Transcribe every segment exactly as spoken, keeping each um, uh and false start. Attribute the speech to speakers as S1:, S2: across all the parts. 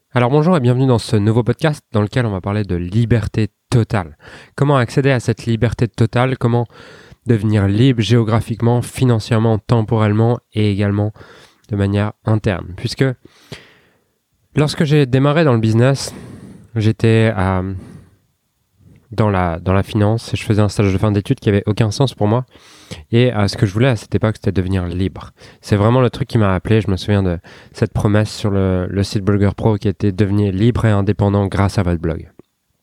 S1: Alors bonjour et bienvenue dans ce nouveau podcast dans lequel on va parler de liberté totale. Comment accéder à cette liberté totale, comment devenir libre géographiquement, financièrement, temporellement et également de manière interne. Puisque lorsque j'ai démarré dans le business, j'étais à... Dans la, dans la finance, et je faisais un stage de fin d'études qui avait aucun sens pour moi. Et euh, ce que je voulais à cette époque, c'était devenir libre. C'est vraiment le truc qui m'a appelé. Je me souviens de cette promesse sur le, le site Blogger Pro qui était devenir libre et indépendant grâce à votre blog.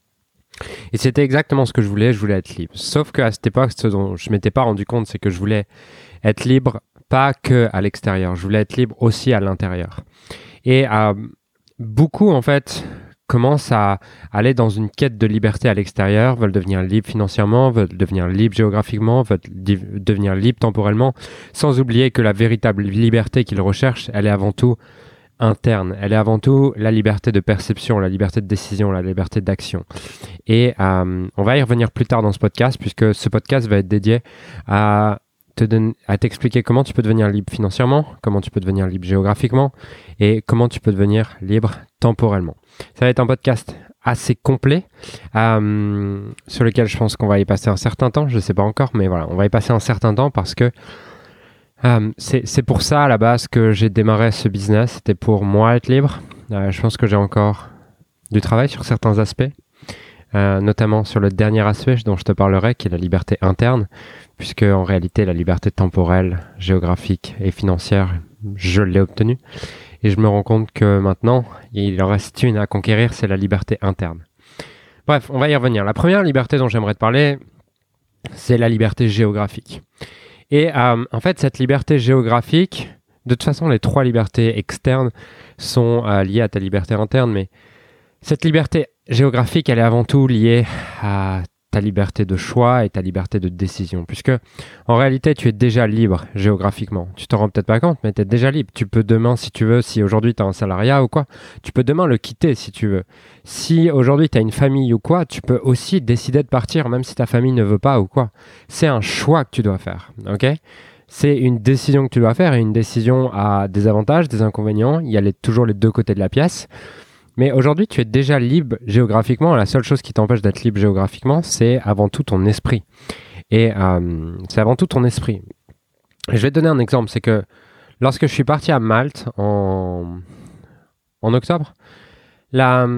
S1: Et c'était exactement ce que je voulais. Je voulais être libre. Sauf qu'à cette époque, ce dont je ne m'étais pas rendu compte, c'est que je voulais être libre pas que à l'extérieur. Je voulais être libre aussi à l'intérieur. Et euh, beaucoup, en fait... commencent à aller dans une quête de liberté à l'extérieur, veulent devenir libres financièrement, veulent devenir libres géographiquement, veulent div- devenir libres temporellement, sans oublier que la véritable liberté qu'ils recherchent, elle est avant tout interne. Elle est avant tout la liberté de perception, la liberté de décision, la liberté d'action. Et euh, on va y revenir plus tard dans ce podcast, puisque ce podcast va être dédié à te donner, à t'expliquer comment tu peux devenir libre financièrement, comment tu peux devenir libre géographiquement et comment tu peux devenir libre temporellement. Ça va être un podcast assez complet euh, sur lequel je pense qu'on va y passer un certain temps. Je ne sais pas encore, mais voilà, on va y passer un certain temps parce que euh, c'est, c'est pour ça à la base que j'ai démarré ce business. C'était pour moi être libre. Euh, je pense que j'ai encore du travail sur certains aspects, euh, notamment sur le dernier aspect dont je te parlerai, qui est la liberté interne, puisque en réalité la liberté temporelle, géographique et financière, je l'ai obtenue. Et je me rends compte que maintenant, il en reste une à conquérir, c'est la liberté interne. Bref, on va y revenir. La première liberté dont j'aimerais te parler, c'est la liberté géographique. Et euh, en fait, cette liberté géographique, de toute façon, les trois libertés externes sont euh, liées à ta liberté interne, mais cette liberté géographique, elle est avant tout liée à ta liberté de choix et ta liberté de décision, puisque en réalité tu es déjà libre géographiquement. Tu t'en rends peut-être pas compte, mais tu es déjà libre. Tu peux demain, si tu veux, si aujourd'hui tu as un salariat ou quoi, tu peux demain le quitter si tu veux. Si aujourd'hui tu as une famille ou quoi, tu peux aussi décider de partir même si ta famille ne veut pas ou quoi. C'est un choix que tu dois faire, ok ? C'est une décision que tu dois faire et une décision a des avantages, des inconvénients. Il y a les, toujours les deux côtés de la pièce. Mais aujourd'hui, tu es déjà libre géographiquement. La seule chose qui t'empêche d'être libre géographiquement, c'est avant tout ton esprit. Et euh, c'est avant tout ton esprit. Et je vais te donner un exemple. C'est que lorsque je suis parti à Malte en, en octobre, la,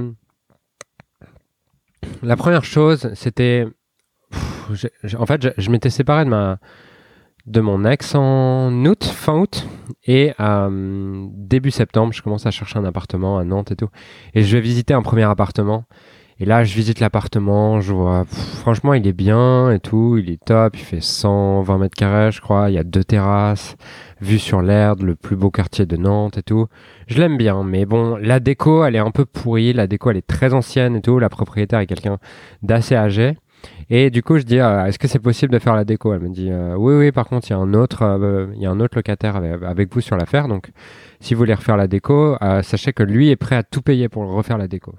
S1: la première chose, c'était... Pff, je, je, en fait, je, je m'étais séparé de ma... de mon ex en août, fin août, et euh, début septembre, je commence à chercher un appartement à Nantes et tout, et je vais visiter un premier appartement, et là je visite l'appartement, je vois, pff, franchement il est bien et tout, il est top, il fait cent vingt mètres carrés je crois, il y a deux terrasses, vue sur l'Erdre, le plus beau quartier de Nantes et tout, je l'aime bien, mais bon, la déco elle est un peu pourrie, la déco elle est très ancienne et tout, la propriétaire est quelqu'un d'assez âgé. Et du coup, je dis, euh, est-ce que c'est possible de faire la déco ? Elle me dit, euh, oui, oui, par contre, il y a un autre, euh, il y a un autre locataire avec, avec vous sur l'affaire. Donc, si vous voulez refaire la déco, euh, sachez que lui est prêt à tout payer pour refaire la déco.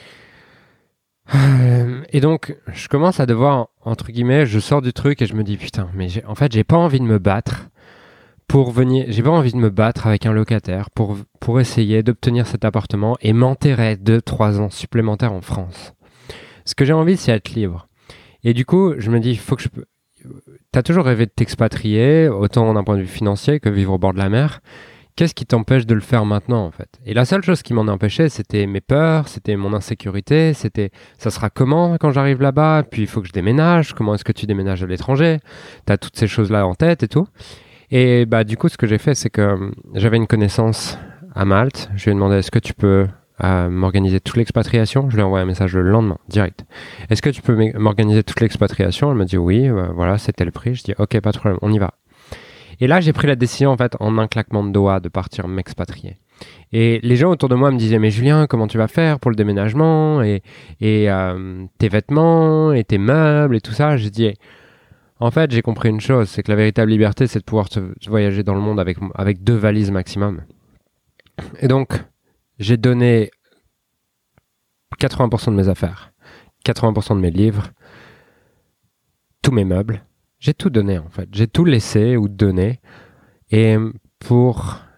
S1: Euh, et donc, je commence à devoir, entre guillemets, je sors du truc et je me dis, putain, mais j'ai, en fait, j'ai pas envie de me battre pour venir, j'ai pas envie de me battre avec un locataire pour, pour essayer d'obtenir cet appartement et m'enterrer deux, trois ans supplémentaires en France. Ce que j'ai envie, c'est être libre. Et du coup, je me dis, il faut que je... T'as toujours rêvé de t'expatrier, autant d'un point de vue financier que vivre au bord de la mer. Qu'est-ce qui t'empêche de le faire maintenant, en fait ? Et la seule chose qui m'en empêchait, c'était mes peurs, c'était mon insécurité, c'était ça sera comment quand j'arrive là-bas ? Puis il faut que je déménage, comment est-ce que tu déménages à l'étranger ? T'as toutes ces choses-là en tête et tout. Et bah du coup, ce que j'ai fait, c'est que j'avais une connaissance à Malte. Je lui ai demandé, est-ce que tu peux... à m'organiser toute l'expatriation. Je lui ai envoyé un message le lendemain, direct. Est-ce que tu peux m'organiser toute l'expatriation ? Elle m'a dit oui, euh, voilà, c'était le prix. Je dis ok, pas de problème, on y va. Et là, j'ai pris la décision, en fait, en un claquement de doigts, de partir m'expatrier. Et les gens autour de moi me disaient, mais Julien, comment tu vas faire pour le déménagement et, et euh, tes vêtements et tes meubles et tout ça ? Je dis, en fait, j'ai compris une chose, c'est que la véritable liberté, c'est de pouvoir te, te voyager dans le monde avec, avec deux valises maximum. Et donc, j'ai donné quatre-vingts pour cent de mes affaires, quatre-vingts pour cent de mes livres, tous mes meubles. J'ai tout donné en fait. J'ai tout laissé ou donné. Et pour...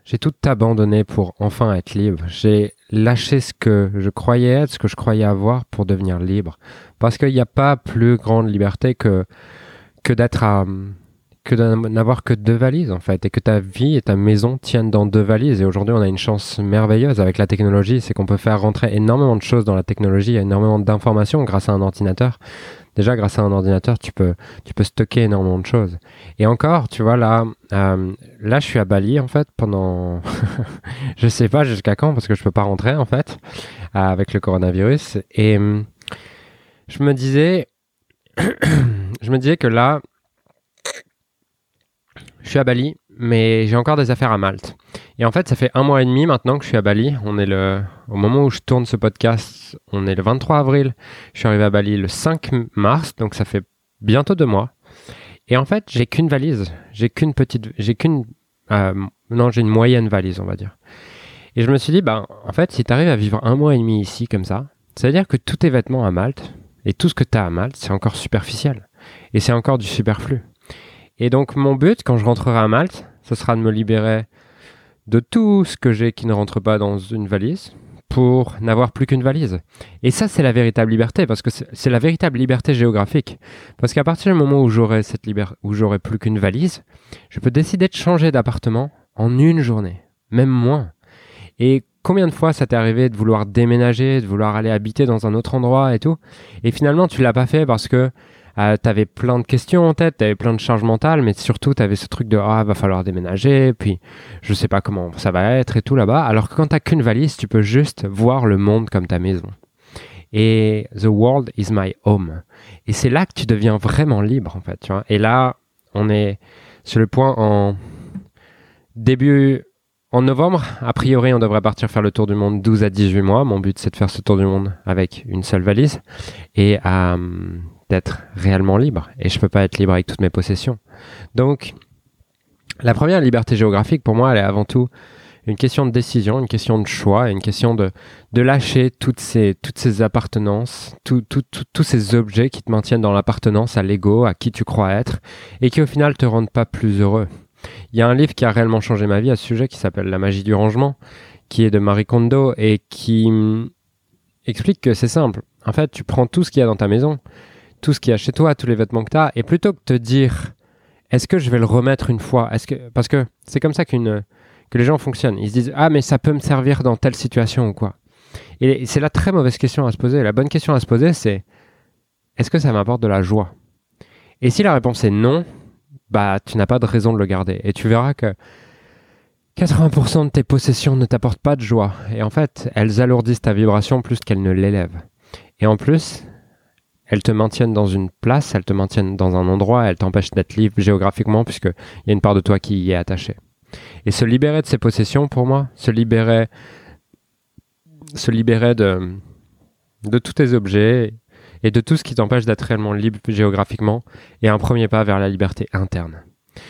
S1: j'ai tout abandonné pour enfin être libre. J'ai lâché ce que je croyais être, ce que je croyais avoir pour devenir libre. Parce qu'il n'y a pas plus grande liberté que, que d'être à, que de n'avoir que deux valises en fait, et que ta vie et ta maison tiennent dans deux valises. Et aujourd'hui, on a une chance merveilleuse avec la technologie, c'est qu'on peut faire rentrer énormément de choses dans la technologie, il y a énormément d'informations grâce à un ordinateur. Déjà, grâce à un ordinateur, tu peux, tu peux stocker énormément de choses. Et encore, tu vois, là, euh, là, je suis à Bali, en fait, pendant... je sais pas jusqu'à quand, parce que je peux pas rentrer, en fait, euh, avec le coronavirus. Et euh, je me disais... je me disais que là, je suis à Bali, mais j'ai encore des affaires à Malte. Et en fait, ça fait un mois et demi maintenant que je suis à Bali. On est le, au moment où je tourne ce podcast, on est le vingt-trois avril. Je suis arrivé à Bali le cinq mars, donc ça fait bientôt deux mois. Et en fait, j'ai qu'une valise. J'ai qu'une petite, j'ai qu'une, euh, non, j'ai une moyenne valise, on va dire. Et je me suis dit, bah, en fait, si tu arrives à vivre un mois et demi ici comme ça, ça veut dire que tous tes vêtements à Malte et tout ce que tu as à Malte, c'est encore superficiel. Et c'est encore du superflu. Et donc, mon but, quand je rentrerai à Malte, ce sera de me libérer de tout ce que j'ai qui ne rentre pas dans une valise pour n'avoir plus qu'une valise. Et ça, c'est la véritable liberté, parce que c'est, c'est la véritable liberté géographique. Parce qu'à partir du moment où j'aurai cette liber- où j'aurai plus qu'une valise, je peux décider de changer d'appartement en une journée, même moins. Et combien de fois ça t'est arrivé de vouloir déménager, de vouloir aller habiter dans un autre endroit et tout, et finalement, tu l'as pas fait parce que Euh, t'avais plein de questions en tête, t'avais plein de charges mentales, mais surtout t'avais ce truc de ah va falloir déménager, puis je sais pas comment ça va être et tout là-bas. Alors que quand t'as qu'une valise, tu peux juste voir le monde comme ta maison. Et the world is my home. Et c'est là que tu deviens vraiment libre en fait, tu vois. Et là, on est sur le point en début en novembre. A priori, on devrait partir faire le tour du monde douze à dix-huit mois. Mon but, c'est de faire ce tour du monde avec une seule valise et à euh, d'être réellement libre, et je peux pas être libre avec toutes mes possessions. Donc, la première liberté géographique, pour moi, elle est avant tout une question de décision, une question de choix, une question de, de lâcher toutes ces, toutes ces appartenances, tout, tout, tout, tous ces objets qui te maintiennent dans l'appartenance à l'ego, à qui tu crois être, et qui au final te rendent pas plus heureux. Il y a un livre qui a réellement changé ma vie à ce sujet, qui s'appelle La magie du rangement, qui est de Marie Kondo, et qui explique que c'est simple. En fait, tu prends tout ce qu'il y a dans ta maison, tout ce qu'il y a chez toi, tous les vêtements que tu as, et plutôt que de te dire est-ce que je vais le remettre une fois, est-ce que... parce que c'est comme ça qu'une... que les gens fonctionnent. Ils se disent ah mais ça peut me servir dans telle situation ou quoi. Et c'est la très mauvaise question à se poser. La bonne question à se poser, c'est est-ce que ça m'apporte de la joie? Et si la réponse est non, bah tu n'as pas de raison de le garder. Et tu verras que quatre-vingts pour cent de tes possessions ne t'apportent pas de joie. Et en fait, elles alourdissent ta vibration plus qu'elles ne l'élèvent. Et en plus, elles te maintiennent dans une place, elles te maintiennent dans un endroit, elles t'empêchent d'être libre géographiquement puisqu'il y a une part de toi qui y est attachée. Et se libérer de ses possessions, pour moi, se libérer, se libérer de, de tous tes objets et de tout ce qui t'empêche d'être réellement libre géographiquement est un premier pas vers la liberté interne.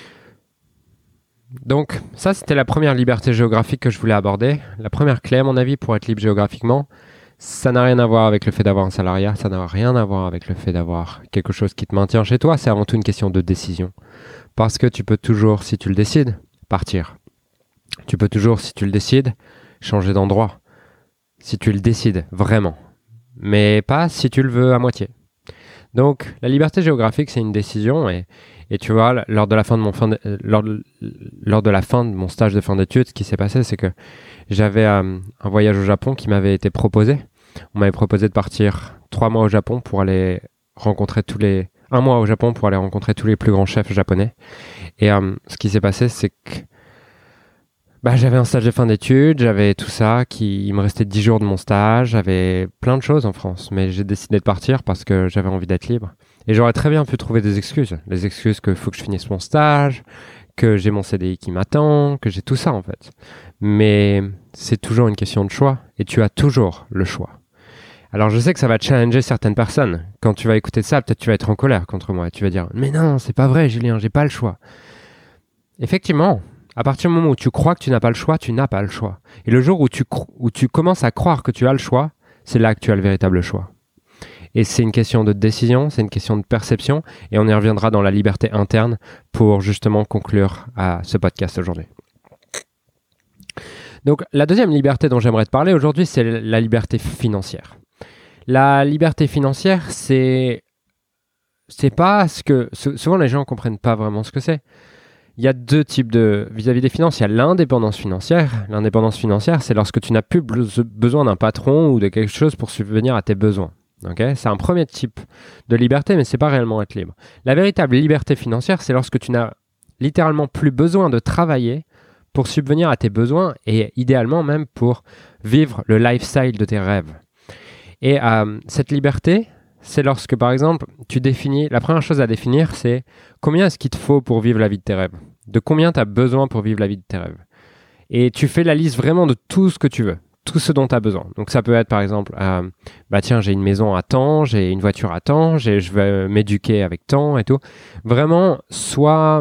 S1: Donc ça, c'était la première liberté géographique que je voulais aborder. La première clé, à mon avis, pour être libre géographiquement, ça n'a rien à voir avec le fait d'avoir un salariat, ça n'a rien à voir avec le fait d'avoir quelque chose qui te maintient chez toi, c'est avant tout une question de décision. Parce que tu peux toujours, si tu le décides, partir. Tu peux toujours, si tu le décides, changer d'endroit. Si tu le décides, vraiment. Mais pas si tu le veux à moitié. Donc, la liberté géographique, c'est une décision. Et, et tu vois, lors de, la fin de mon fin de, lors, lors de la fin de mon stage de fin d'études, ce qui s'est passé, c'est que j'avais euh, un voyage au Japon qui m'avait été proposé. On m'avait proposé de partir trois mois au Japon pour aller rencontrer tous les... Un mois au Japon pour aller rencontrer tous les plus grands chefs japonais. Et euh, ce qui s'est passé, c'est que bah, j'avais un stage de fin d'études, j'avais tout ça, qui, il me restait dix jours de mon stage, j'avais plein de choses en France, mais j'ai décidé de partir parce que j'avais envie d'être libre. Et j'aurais très bien pu trouver des excuses. Les excuses qu'il faut que je finisse mon stage, que j'ai mon C D I qui m'attend, que j'ai tout ça en fait. Mais c'est toujours une question de choix et tu as toujours le choix. Alors je sais que ça va challenger certaines personnes. Quand tu vas écouter ça, peut-être tu vas être en colère contre moi et tu vas dire « Mais non, c'est pas vrai Julien, j'ai pas le choix. » Effectivement, à partir du moment où tu crois que tu n'as pas le choix, tu n'as pas le choix. Et le jour où tu, cro- où tu commences à croire que tu as le choix, c'est là que tu as le véritable choix. Et c'est une question de décision, c'est une question de perception, et on y reviendra dans la liberté interne pour justement conclure à ce podcast aujourd'hui. Donc, la deuxième liberté dont j'aimerais te parler aujourd'hui, c'est la liberté financière. La liberté financière, c'est, c'est pas ce que... Souvent, les gens ne comprennent pas vraiment ce que c'est. Il y a deux types de... Vis-à-vis des finances, il y a l'indépendance financière. L'indépendance financière, c'est lorsque tu n'as plus besoin d'un patron ou de quelque chose pour subvenir à tes besoins. Okay, c'est un premier type de liberté, mais c'est pas réellement être libre. La véritable liberté financière, c'est lorsque tu n'as littéralement plus besoin de travailler pour subvenir à tes besoins et idéalement même pour vivre le lifestyle de tes rêves. Et euh, cette liberté, c'est lorsque, par exemple, tu définis... La première chose à définir, c'est combien est-ce qu'il te faut pour vivre la vie de tes rêves. De combien tu as besoin pour vivre la vie de tes rêves. Et tu fais la liste vraiment de tout ce que tu veux. Tout ce dont tu as besoin. Donc ça peut être par exemple, euh, bah tiens, j'ai une maison à temps, j'ai une voiture à temps, j'ai, je vais m'éduquer avec temps et tout. Vraiment, soit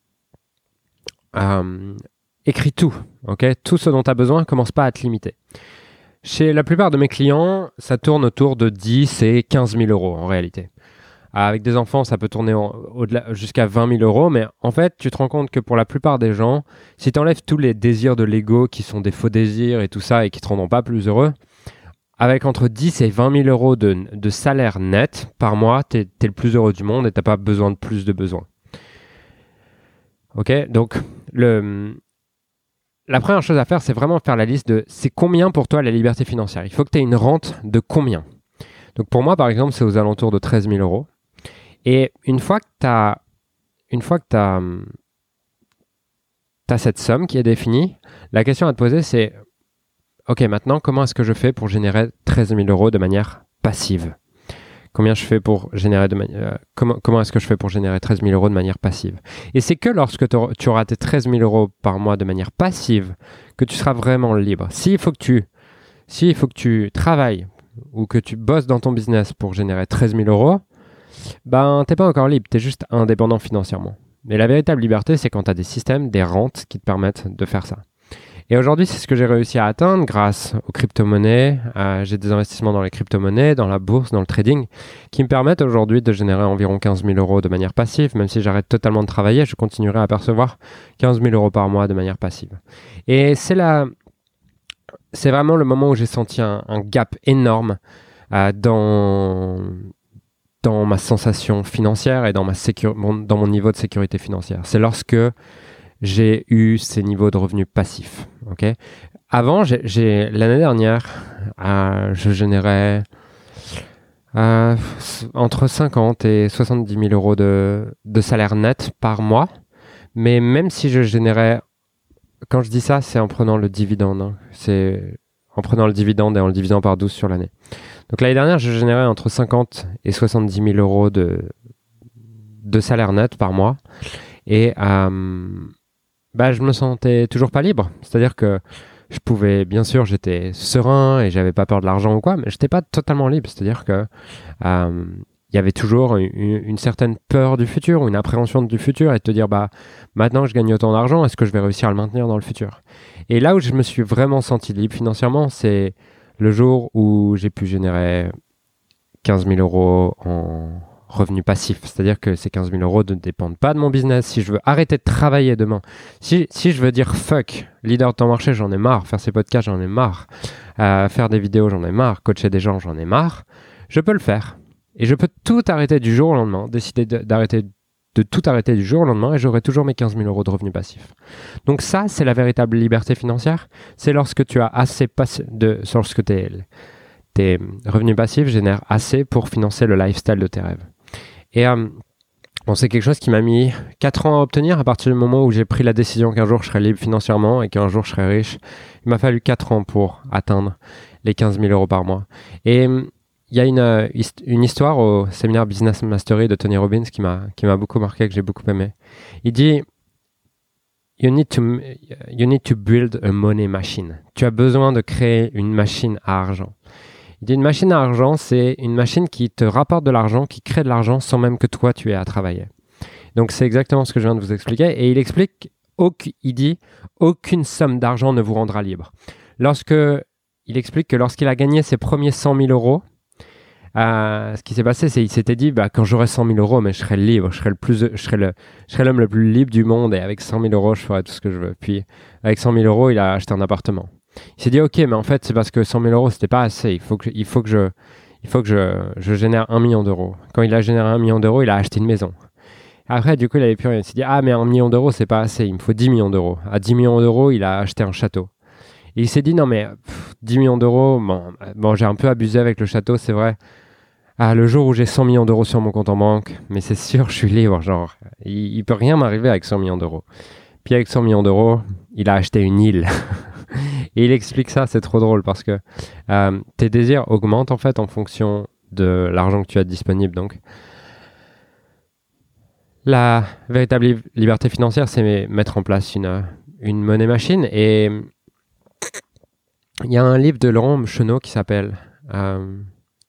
S1: euh, écris tout, ok. Tout ce dont tu as besoin, commence pas à te limiter. Chez la plupart de mes clients, ça tourne autour de dix et quinze mille euros en réalité. Avec des enfants, ça peut tourner en, au-delà, jusqu'à vingt mille euros, mais en fait, tu te rends compte que pour la plupart des gens, si tu enlèves tous les désirs de l'ego qui sont des faux désirs et tout ça et qui te rendront pas plus heureux, avec entre dix et vingt mille euros de, de salaire net par mois, tu es le plus heureux du monde et tu n'as pas besoin de plus de besoins. Ok, donc le, la première chose à faire, c'est vraiment faire la liste de c'est combien pour toi la liberté financière. Il faut que tu aies une rente de combien. Donc pour moi, par exemple, c'est aux alentours de treize mille euros. Et une fois que tu as une fois que tu as, tu as cette somme qui est définie, la question à te poser, c'est ok, maintenant, comment est-ce que je fais pour générer treize mille euros de manière passive? Combien je fais pour générer de manière, euh, comment, comment est-ce que je fais pour générer treize mille euros de manière passive? Et c'est que lorsque tu auras tes treize mille euros par mois de manière passive que tu seras vraiment libre. S'il faut que tu, s'il faut que tu travailles ou que tu bosses dans ton business pour générer treize mille euros, ben, t'es pas encore libre, tu es juste indépendant financièrement. Mais la véritable liberté, c'est quand tu as des systèmes, des rentes qui te permettent de faire ça. Et aujourd'hui, c'est ce que j'ai réussi à atteindre grâce aux crypto-monnaies. Euh, j'ai des investissements dans les crypto-monnaies, dans la bourse, dans le trading, qui me permettent aujourd'hui de générer environ quinze mille euros de manière passive. Même si j'arrête totalement de travailler, je continuerai à percevoir quinze mille euros par mois de manière passive. Et c'est la... c'est vraiment le moment où j'ai senti un, un gap énorme euh, dans... dans ma sensation financière et dans, ma sécur... dans mon niveau de sécurité financière. C'est lorsque j'ai eu ces niveaux de revenus passifs. Okay. Avant, j'ai, j'ai, l'année dernière, euh, je générais euh, entre cinquante et soixante-dix mille euros de, de salaire net par mois. Mais même si je générais, quand je dis ça, c'est en prenant le dividende. Hein. C'est en prenant le dividende et en le divisant par douze sur l'année. Donc l'année dernière, je générais entre cinquante et soixante-dix mille euros de, de salaire net par mois. Et euh, bah, je me sentais toujours pas libre. C'est-à-dire que je pouvais, bien sûr, j'étais serein et j'avais pas peur de l'argent ou quoi, mais j'étais pas totalement libre. C'est-à-dire que euh, il y avait toujours une, une certaine peur du futur ou une appréhension du futur et de te dire, bah, maintenant que je gagne autant d'argent, est-ce que je vais réussir à le maintenir dans le futur? Et là où je me suis vraiment senti libre financièrement, c'est le jour où j'ai pu générer quinze mille euros en revenus passifs. C'est-à-dire que ces quinze mille euros ne dépendent pas de mon business. Si je veux arrêter de travailler demain, si, si je veux dire fuck, leader de ton marché, j'en ai marre, faire ces podcasts, j'en ai marre, euh, faire des vidéos, j'en ai marre, coacher des gens, j'en ai marre, je peux le faire. Et je peux tout arrêter du jour au lendemain, décider de, d'arrêter de tout arrêter du jour au lendemain et j'aurai toujours mes quinze mille euros de revenus passifs. Donc ça, c'est la véritable liberté financière. C'est lorsque tu as assez passé de, lorsque tes, tes revenus passifs génèrent assez pour financer le lifestyle de tes rêves. Et euh, bon, c'est quelque chose qui m'a mis quatre ans à obtenir à partir du moment où j'ai pris la décision qu'un jour je serais libre financièrement et qu'un jour je serais riche. Il m'a fallu quatre ans pour atteindre les quinze mille euros par mois. Et il y a une, une histoire au séminaire Business Mastery de Tony Robbins qui m'a, qui m'a beaucoup marqué, que j'ai beaucoup aimé. Il dit you need, to, you need to build a money machine. Tu as besoin de créer une machine à argent. Il dit une machine à argent, c'est une machine qui te rapporte de l'argent, qui crée de l'argent sans même que toi tu aies à travailler. Donc c'est exactement ce que je viens de vous expliquer. Et il explique, il dit aucune somme d'argent ne vous rendra libre. Lorsque, il explique que lorsqu'il a gagné ses premiers cent mille euros, euh, ce qui s'est passé, c'est qu'il s'était dit, bah, quand j'aurai cent mille euros, mais je serai libre, je serai le plus, je serai le, je serai l'homme le plus libre du monde et avec cent mille euros, je ferai tout ce que je veux. Puis avec cent mille euros, il a acheté un appartement. Il s'est dit, ok, mais en fait, c'est parce que cent mille euros, c'était pas assez. Il faut que, il faut que je, il faut que je, je génère un million d'euros. Quand il a généré un million d'euros, il a acheté une maison. Après, du coup, il avait plus rien. Il s'est dit, ah, mais un million d'euros, c'est pas assez. Il me faut dix millions d'euros. À dix millions d'euros, il a acheté un château. Et il s'est dit, non, mais pff, dix millions d'euros, bon, bon, j'ai un peu abusé avec le château, c'est vrai. Ah, le jour où j'ai cent millions d'euros sur mon compte en banque, mais c'est sûr, je suis libre. Genre, il, il peut rien m'arriver avec cent millions d'euros. Puis avec cent millions d'euros, il a acheté une île. Et il explique ça, c'est trop drôle parce que euh, tes désirs augmentent en fait en fonction de l'argent que tu as disponible. Donc, la véritable liberté financière, c'est mettre en place une, une monnaie machine. Et il y a un livre de Laurent Chenot qui s'appelle euh,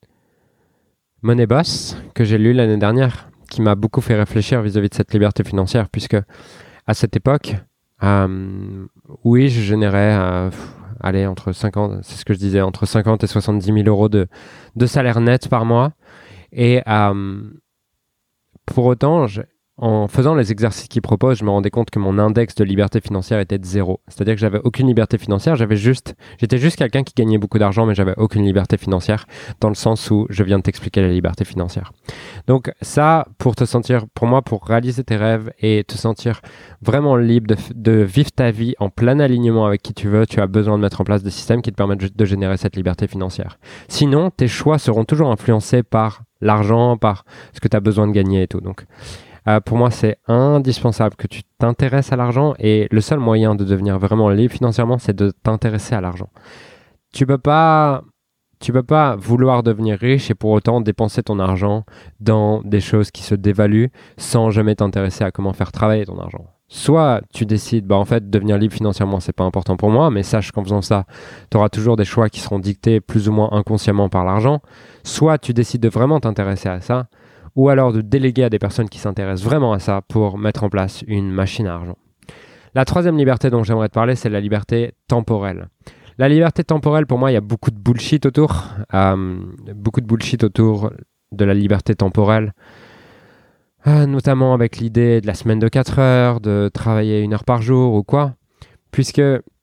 S1: Money Boss, que j'ai lu l'année dernière, qui m'a beaucoup fait réfléchir vis-à-vis de cette liberté financière, puisque à cette époque, euh, oui, je générais, euh, allez, entre cinquante, c'est ce que je disais, entre cinquante et soixante-dix mille euros de, de salaire net par mois. Et euh, pour autant, je, en faisant les exercices qu'il propose, je me rendais compte que mon index de liberté financière était de zéro. C'est-à-dire que j'avais aucune liberté financière. J'avais juste, j'étais juste quelqu'un qui gagnait beaucoup d'argent, mais j'avais aucune liberté financière dans le sens où je viens de t'expliquer la liberté financière. Donc ça, pour te sentir, pour moi, pour réaliser tes rêves et te sentir vraiment libre de, de vivre ta vie en plein alignement avec qui tu veux, tu as besoin de mettre en place des systèmes qui te permettent de générer cette liberté financière. Sinon, tes choix seront toujours influencés par l'argent, par ce que tu as besoin de gagner et tout. Donc, Euh, pour moi, c'est indispensable que tu t'intéresses à l'argent et le seul moyen de devenir vraiment libre financièrement, c'est de t'intéresser à l'argent. Tu peux pas, tu peux pas vouloir devenir riche et pour autant dépenser ton argent dans des choses qui se dévaluent sans jamais t'intéresser à comment faire travailler ton argent. Soit tu décides, bah en fait, devenir libre financièrement, c'est pas important pour moi, mais sache qu'en faisant ça, tu auras toujours des choix qui seront dictés plus ou moins inconsciemment par l'argent. Soit tu décides de vraiment t'intéresser à ça, ou alors de déléguer à des personnes qui s'intéressent vraiment à ça pour mettre en place une machine à argent. La troisième liberté dont j'aimerais te parler, c'est la liberté temporelle. La liberté temporelle, pour moi, il y a beaucoup de bullshit autour. Euh, beaucoup de bullshit autour de la liberté temporelle, euh, notamment avec l'idée de la semaine de quatre heures, de travailler une heure par jour ou quoi, puisque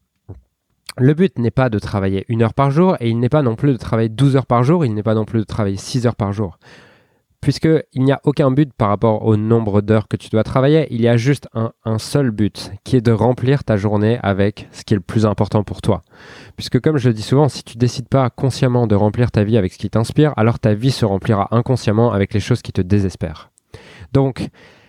S1: le but n'est pas de travailler une heure par jour et il n'est pas non plus de travailler douze heures par jour, il n'est pas non plus de travailler six heures par jour. Puisqu'il n'y a aucun but par rapport au nombre d'heures que tu dois travailler, il y a juste un, un seul but, qui est de remplir ta journée avec ce qui est le plus important pour toi. Puisque comme je le dis souvent, si tu ne décides pas consciemment de remplir ta vie avec ce qui t'inspire, alors ta vie se remplira inconsciemment avec les choses qui te désespèrent. Donc,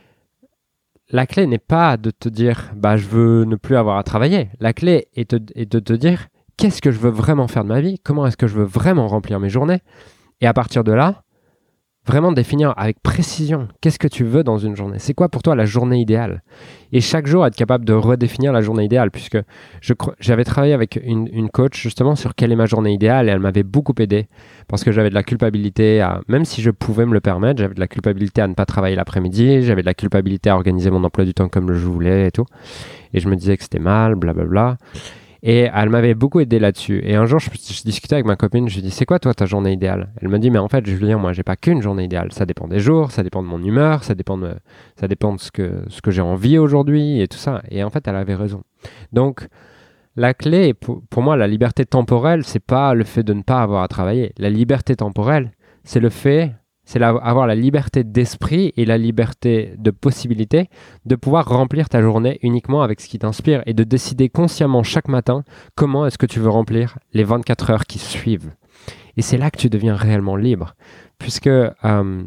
S1: la clé n'est pas de te dire bah, « je veux ne plus avoir à travailler ». La clé est, te, est de te dire « qu'est-ce que je veux vraiment faire de ma vie ? Comment est-ce que je veux vraiment remplir mes journées ?» Et à partir de là, vraiment définir avec précision qu'est-ce que tu veux dans une journée. C'est quoi pour toi la journée idéale? Et chaque jour, être capable de redéfinir la journée idéale, puisque je, j'avais travaillé avec une, une coach justement sur quelle est ma journée idéale et elle m'avait beaucoup aidé parce que j'avais de la culpabilité, à, même si je pouvais me le permettre, j'avais de la culpabilité à ne pas travailler l'après-midi, j'avais de la culpabilité à organiser mon emploi du temps comme je voulais et tout. Et je me disais que c'était mal, blablabla. Et elle m'avait beaucoup aidé là-dessus. Et un jour, je, je discutais avec ma copine, je lui dis, c'est quoi toi ta journée idéale? Elle me dit, mais en fait, Julien, moi, j'ai pas qu'une journée idéale. Ça dépend des jours, ça dépend de mon humeur, ça dépend de, ça dépend de ce que, ce que j'ai envie aujourd'hui et tout ça. Et en fait, elle avait raison. Donc, la clé, pour, pour moi, la liberté temporelle, c'est pas le fait de ne pas avoir à travailler. La liberté temporelle, c'est le fait... c'est la, avoir la liberté d'esprit et la liberté de possibilité de pouvoir remplir ta journée uniquement avec ce qui t'inspire et de décider consciemment chaque matin comment est-ce que tu veux remplir les vingt-quatre heures qui suivent. Et c'est là que tu deviens réellement libre, puisque euh,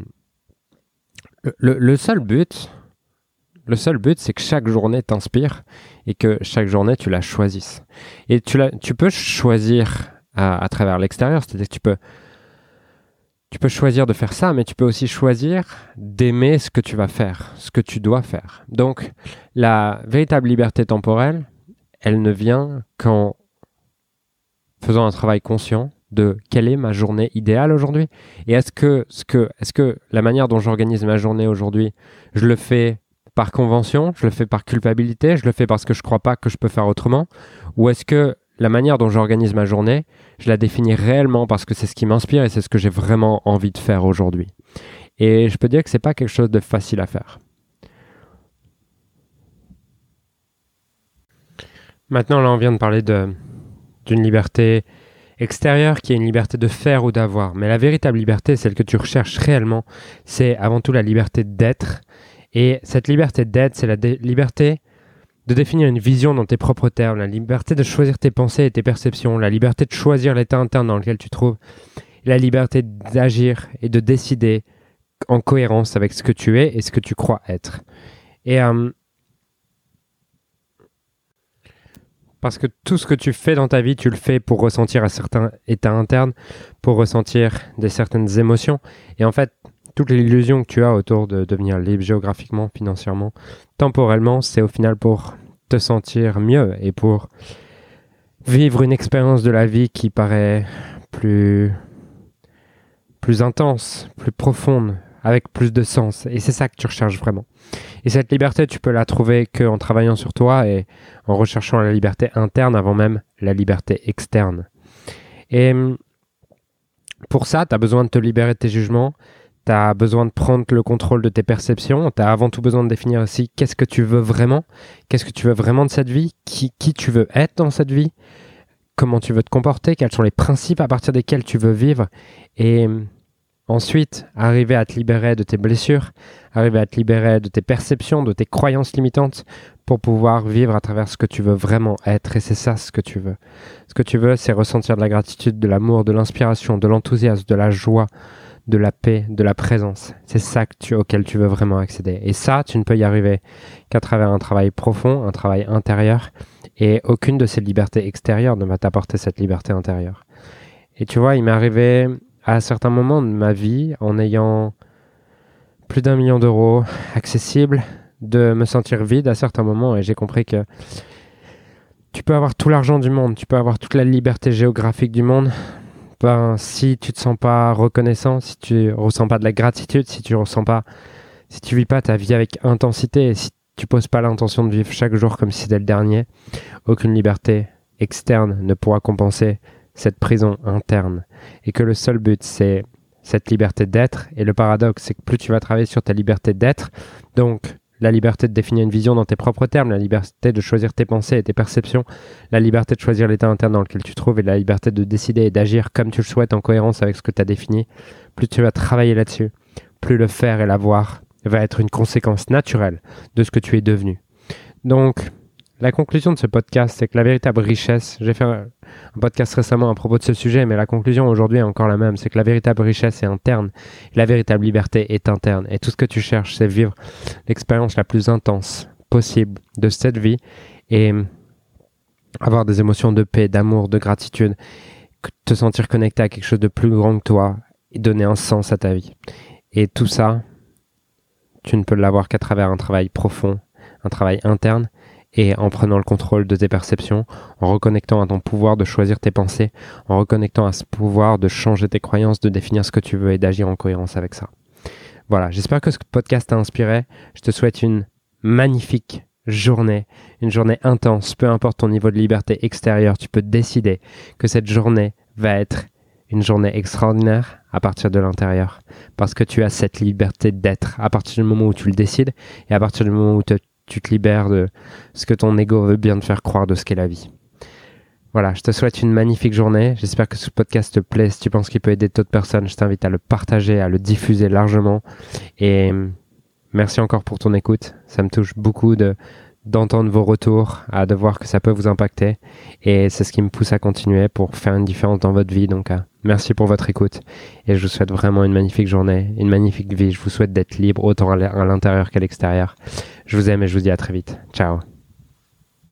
S1: le, le seul but, le seul but, c'est que chaque journée t'inspire et que chaque journée, tu la choisisses. Et tu, la, tu peux choisir à, à travers l'extérieur, c'est-à-dire que tu peux Tu peux choisir de faire ça, mais tu peux aussi choisir d'aimer ce que tu vas faire, ce que tu dois faire. Donc, la véritable liberté temporelle, elle ne vient qu'en faisant un travail conscient de quelle est ma journée idéale aujourd'hui. Et est-ce que, ce que, est-ce que la manière dont j'organise ma journée aujourd'hui, je le fais par convention, je le fais par culpabilité, je le fais parce que je ne crois pas que je peux faire autrement, ou est-ce que la manière dont j'organise ma journée, je la définis réellement parce que c'est ce qui m'inspire et c'est ce que j'ai vraiment envie de faire aujourd'hui. Et je peux dire que c'est pas quelque chose de facile à faire. Maintenant, là, on vient de parler de, d'une liberté extérieure qui est une liberté de faire ou d'avoir. Mais la véritable liberté, celle que tu recherches réellement, c'est avant tout la liberté d'être. Et cette liberté d'être, c'est la dé- liberté de définir une vision dans tes propres termes, la liberté de choisir tes pensées et tes perceptions, la liberté de choisir l'état interne dans lequel tu te trouves, la liberté d'agir et de décider en cohérence avec ce que tu es et ce que tu crois être. Et euh, parce que tout ce que tu fais dans ta vie, tu le fais pour ressentir un certain état interne, pour ressentir des certaines émotions. Et en fait, toute l'illusion que tu as autour de devenir libre géographiquement, financièrement, temporellement, c'est au final pour te sentir mieux et pour vivre une expérience de la vie qui paraît plus, plus intense, plus profonde, avec plus de sens. Et c'est ça que tu recherches vraiment. Et cette liberté, tu peux la trouver qu'en travaillant sur toi et en recherchant la liberté interne avant même la liberté externe. Et pour ça, tu as besoin de te libérer de tes jugements, tu as besoin de prendre le contrôle de tes perceptions, tu as avant tout besoin de définir aussi qu'est-ce que tu veux vraiment, qu'est-ce que tu veux vraiment de cette vie, qui, qui tu veux être dans cette vie, comment tu veux te comporter, quels sont les principes à partir desquels tu veux vivre. Et ensuite, arriver à te libérer de tes blessures, arriver à te libérer de tes perceptions, de tes croyances limitantes pour pouvoir vivre à travers ce que tu veux vraiment être. Et c'est ça ce que tu veux. Ce que tu veux, c'est ressentir de la gratitude, de l'amour, de l'inspiration, de l'enthousiasme, de la joie, de la paix, de la présence. C'est ça que tu, auquel tu veux vraiment accéder. Et ça, tu ne peux y arriver qu'à travers un travail profond, un travail intérieur. Et aucune de ces libertés extérieures ne va t'apporter cette liberté intérieure. Et tu vois, il m'est arrivé à certains moments de ma vie, en ayant plus d'un million d'euros accessibles, de me sentir vide à certains moments. Et j'ai compris que tu peux avoir tout l'argent du monde, tu peux avoir toute la liberté géographique du monde. Ben, si tu te sens pas reconnaissant, si tu ressens pas de la gratitude, si tu ressens pas, si tu vis pas ta vie avec intensité, et si tu poses pas l'intention de vivre chaque jour comme si c'était le dernier, aucune liberté externe ne pourra compenser cette prison interne. Et que le seul but, c'est cette liberté d'être. Et le paradoxe, c'est que plus tu vas travailler sur ta liberté d'être, donc la liberté de définir une vision dans tes propres termes, la liberté de choisir tes pensées et tes perceptions, la liberté de choisir l'état interne dans lequel tu te trouves et la liberté de décider et d'agir comme tu le souhaites en cohérence avec ce que tu as défini, plus tu vas travailler là-dessus, plus le faire et l'avoir va être une conséquence naturelle de ce que tu es devenu. Donc, la conclusion de ce podcast, c'est que la véritable richesse, j'ai fait un podcast récemment à propos de ce sujet, mais la conclusion aujourd'hui est encore la même, c'est que la véritable richesse est interne, et la véritable liberté est interne. Et tout ce que tu cherches, c'est vivre l'expérience la plus intense possible de cette vie et avoir des émotions de paix, d'amour, de gratitude, te sentir connecté à quelque chose de plus grand que toi et donner un sens à ta vie. Et tout ça, tu ne peux l'avoir qu'à travers un travail profond, un travail interne, et en prenant le contrôle de tes perceptions, en reconnectant à ton pouvoir de choisir tes pensées, en reconnectant à ce pouvoir de changer tes croyances, de définir ce que tu veux et d'agir en cohérence avec ça. Voilà, j'espère que ce podcast t'a inspiré. Je te souhaite une magnifique journée, une journée intense, peu importe ton niveau de liberté extérieure, tu peux décider que cette journée va être une journée extraordinaire à partir de l'intérieur, parce que tu as cette liberté d'être à partir du moment où tu le décides et à partir du moment où te tu te libères de ce que ton ego veut bien te faire croire de ce qu'est la vie. Voilà, je te souhaite une magnifique journée. J'espère que ce podcast te plaît. Si tu penses qu'il peut aider d'autres personnes, je t'invite à le partager, à le diffuser largement. Et merci encore pour ton écoute. Ça me touche beaucoup de, d'entendre vos retours, à de voir que ça peut vous impacter. Et c'est ce qui me pousse à continuer pour faire une différence dans votre vie. Donc, euh, merci pour votre écoute. Et je vous souhaite vraiment une magnifique journée, une magnifique vie. Je vous souhaite d'être libre autant à l'intérieur qu'à l'extérieur. Je vous aime et je vous dis à très vite. Ciao.